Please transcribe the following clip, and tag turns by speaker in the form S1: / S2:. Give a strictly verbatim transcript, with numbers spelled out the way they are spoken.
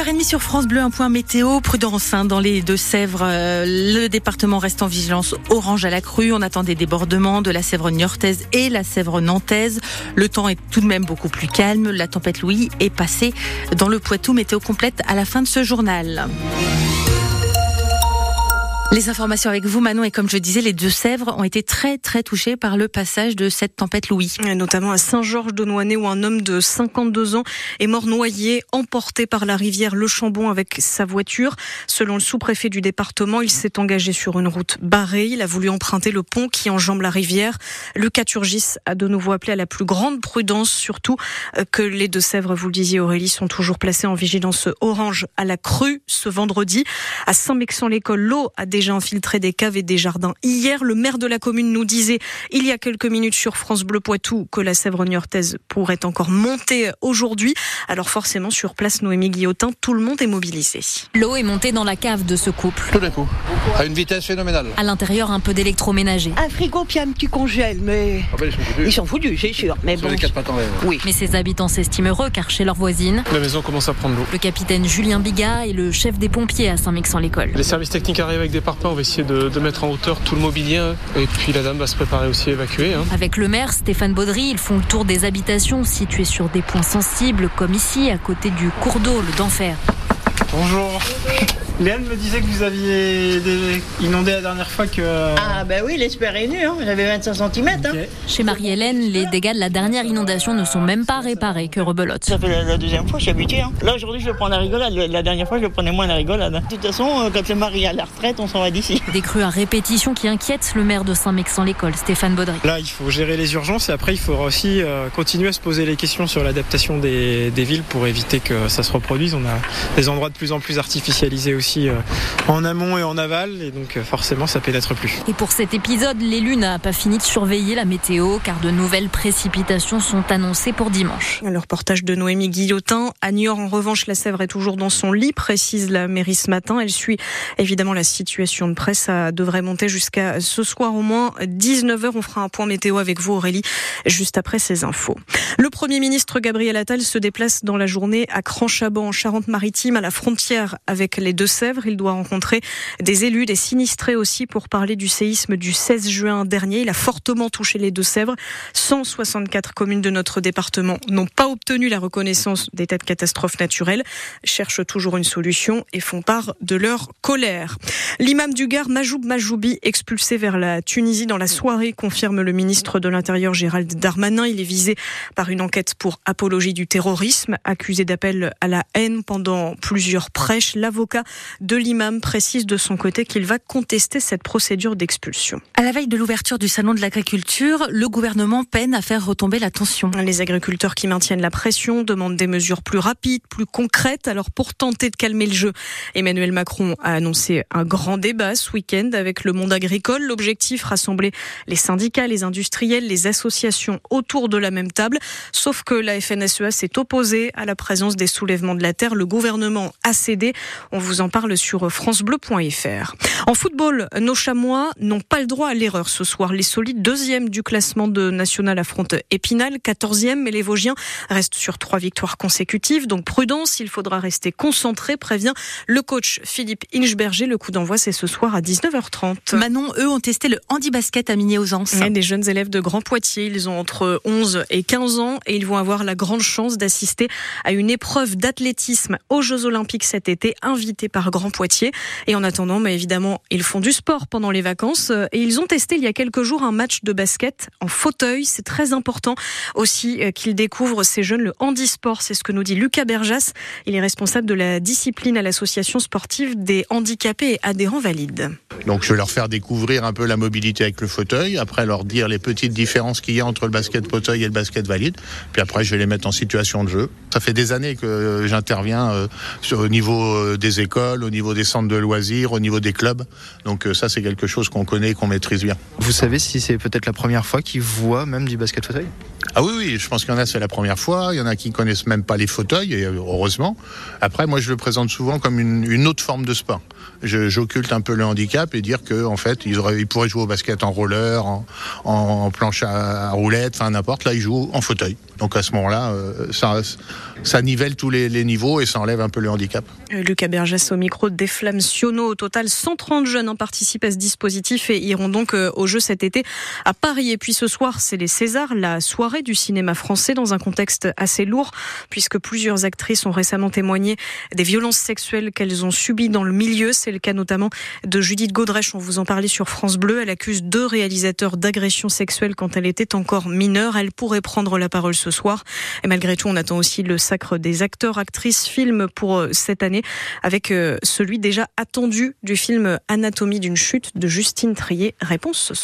S1: huit heures trente sur France Bleu, un point météo. Prudence hein, dans les Deux-Sèvres. Euh, le département reste en vigilance orange à la crue. On attend des débordements de la Sèvre niortaise et la Sèvre nantaise. Le temps est tout de même beaucoup plus calme. La tempête Louis est passée dans le Poitou. Météo complète à la fin de ce journal. Les informations avec vous, Manon, et comme je disais, les Deux-Sèvres ont été très très touchés par le passage de cette tempête Louis.
S2: Et notamment à Saint-Georges-de-Nouanné où un homme de cinquante-deux ans est mort noyé, emporté par la rivière Le Chambon avec sa voiture. Selon le sous-préfet du département, il s'est engagé sur une route barrée. Il a voulu emprunter le pont qui enjambe la rivière. Lucas Turgis a de nouveau appelé à la plus grande prudence, surtout que les Deux-Sèvres, vous le disiez Aurélie, sont toujours placés en vigilance orange à la crue ce vendredi. À Saint-Mexan-l'École, l'eau a déjà infiltré des caves et des jardins. Hier, le maire de la commune nous disait, il y a quelques minutes sur France Bleu Poitou, que la Sèvre niortaise pourrait encore monter aujourd'hui. Alors forcément, sur place, Noémie Guillotin, tout le monde est mobilisé.
S3: L'eau est montée dans la cave de ce couple.
S4: Tout d'un coup, à une vitesse phénoménale.
S3: À l'intérieur, un peu d'électroménager.
S5: Un frigo puis un petit congèle, mais
S4: ah ben, ils sont foutus.
S5: Ils sont foutus, c'est sûr. Mais
S4: Sur
S5: bon.
S4: les quatre pattes en l'air.
S5: Oui.
S3: Mais ces habitants s'estiment heureux car chez leur voisine,
S6: la maison commence à prendre l'eau.
S3: le capitaine Julien Bigat est le chef des pompiers à Saint-Mexan-l'École.
S6: Les services techniques arrivent avec des parpaings, on va essayer de, de mettre en hauteur tout le mobilier hein. Et puis la dame va se préparer aussi à évacuer. Hein.
S3: Avec le maire Stéphane Baudry, ils font le tour des habitations situées sur des points sensibles comme ici à côté du cours d'eau, le d'enfer.
S7: Bonjour. Léane me disait que vous aviez des... inondé la dernière fois que...
S5: Ah ben oui, l'espère est venue, hein. J'avais vingt-cinq centimètres.
S7: Okay.
S5: Hein.
S3: Chez Marie-Hélène, les dégâts de la dernière inondation ne sont même pas réparés que rebelote.
S5: Ça fait la, la deuxième fois, je suis habitué. Hein. Là aujourd'hui, je le prends à la rigolade. La dernière fois, je le prenais moins à la rigolade. De toute façon, quand le mari est à la retraite, on s'en va d'ici.
S3: Des crues à répétition qui inquiètent le maire de Saint-Mexan-l'École, Stéphane Baudry.
S7: Là, il faut gérer les urgences et après, il faudra aussi euh, continuer à se poser les questions sur l'adaptation des, des villes pour éviter que ça se reproduise. On a des endroits de plus en plus artificialisés aussi euh, en amont et en aval et donc euh, forcément, ça pénètre plus.
S3: Et pour cet épisode, l'élu n'a pas fini de surveiller la météo car de nouvelles précipitations sont annoncées pour dimanche.
S2: Le reportage de Noémie Guillotin. À Niort, en revanche, la Sèvre est toujours dans son lit, précise la mairie ce matin. Elle suit évidemment la situation de presse. Ça devrait monter jusqu'à ce soir au moins dix-neuf heures. On fera un point météo avec vous, Aurélie, juste après ces infos. Le Premier ministre Gabriel Attal se déplace dans la journée à Cran-Chaban, en Charente-Maritime, à la frontière avec les Deux-Sèvres. Il doit rencontrer des élus, des sinistrés aussi, pour parler du séisme du seize juin dernier. Il a fortement touché les Deux-Sèvres. cent soixante-quatre communes de notre département n'ont pas obtenu la reconnaissance d'état de catastrophe naturelle, cherchent toujours une solution et font part de leur colère. L'imam du Gard, Majoub Majoubi, expulsé vers la Tunisie dans la soirée, confirme le ministre de l'Intérieur Gérald Darmanin. Il est visé par une enquête pour apologie du terrorisme, accusé d'appel à la haine pendant plusieurs prêches. L'avocat de l'imam précise de son côté qu'il va contester cette procédure d'expulsion.
S1: À la veille de l'ouverture du salon de l'agriculture, le gouvernement peine à faire retomber la tension.
S2: Les agriculteurs qui maintiennent la pression demandent des mesures plus rapides, plus concrètes. Alors pour tenter de calmer le jeu, Emmanuel Macron a annoncé un grand débat ce week-end avec le monde agricole. L'objectif, rassembler les syndicats, les industriels, les associations autour de la même table. Sauf que la F N S E A s'est opposée à la présence des soulèvements de la terre. Le gouvernement a cédé. On vous en parle sur francebleu point f r. En football, nos Chamois n'ont pas le droit à l'erreur ce soir. Les Solides, deuxième du classement de National, affrontent Épinal, quatorzième, mais les Vosgiens restent sur trois victoires consécutives. Donc prudence, il faudra rester concentré, prévient le coach Philippe Inchberger. Le coup d'envoi, c'est ce soir à dix-neuf heures trente.
S1: Manon, eux, ont testé le handi-basket à Migné-aux-Anses.
S2: Ouais, des jeunes élèves de Grand Poitiers, ils ont entre onze et quinze ans et ils vont avoir la grande chance d'assister à une épreuve d'athlétisme aux Jeux Olympiques cet été, invitée par Grand Poitiers. Et en attendant, mais évidemment, ils font du sport pendant les vacances et ils ont testé il y a quelques jours un match de basket en fauteuil. C'est très important aussi qu'ils découvrent, ces jeunes, le handisport. C'est ce que nous dit Lucas Berjas. Il est responsable de la discipline à l'association sportive des handicapés et adhérents valides.
S8: Donc je vais leur faire découvrir un peu la mobilité avec le fauteuil, après leur dire les petites différences qu'il y a entre le basket fauteuil et le basket valide, puis après je vais les mettre en situation de jeu. Ça fait des années que j'interviens euh, sur, au niveau des écoles, écoles, au niveau des centres de loisirs, au niveau des clubs. Donc ça, c'est quelque chose qu'on connaît et qu'on maîtrise bien.
S9: Vous savez si c'est peut-être la première fois qu'ils voient même du basket fauteuil ?
S8: Ah oui, oui, je pense qu'il y en a, c'est la première fois. Il y en a qui ne connaissent même pas les fauteuils, et heureusement. Après, moi, je le présente souvent comme une, une autre forme de sport. Je, j'occulte un peu le handicap et dire que, en fait, ils, auraient, ils pourraient jouer au basket en roller, en, en planche à, à roulettes, enfin n'importe. Là, ils jouent en fauteuil. Donc à ce moment-là, euh, ça, ça nivelle tous les, les niveaux et ça enlève un peu le handicap.
S2: Lucas Bergès au micro des Flammes Sionneau. Au total, cent trente jeunes hein, participent à ce dispositif et iront donc euh, au jeu cet été à Paris. Et puis ce soir, c'est les Césars, la soirée du cinéma français dans un contexte assez lourd puisque plusieurs actrices ont récemment témoigné des violences sexuelles qu'elles ont subies dans le milieu. C'est le cas notamment de Judith Godrèche. On vous en parlait sur France Bleu. Elle accuse deux réalisateurs d'agression sexuelle quand elle était encore mineure. Elle pourrait prendre la parole ce soir. Et malgré tout, on attend aussi le sacre des acteurs, actrices, films pour cette année, avec celui déjà attendu du film Anatomie d'une chute de Justine Triet. Réponse ce soir.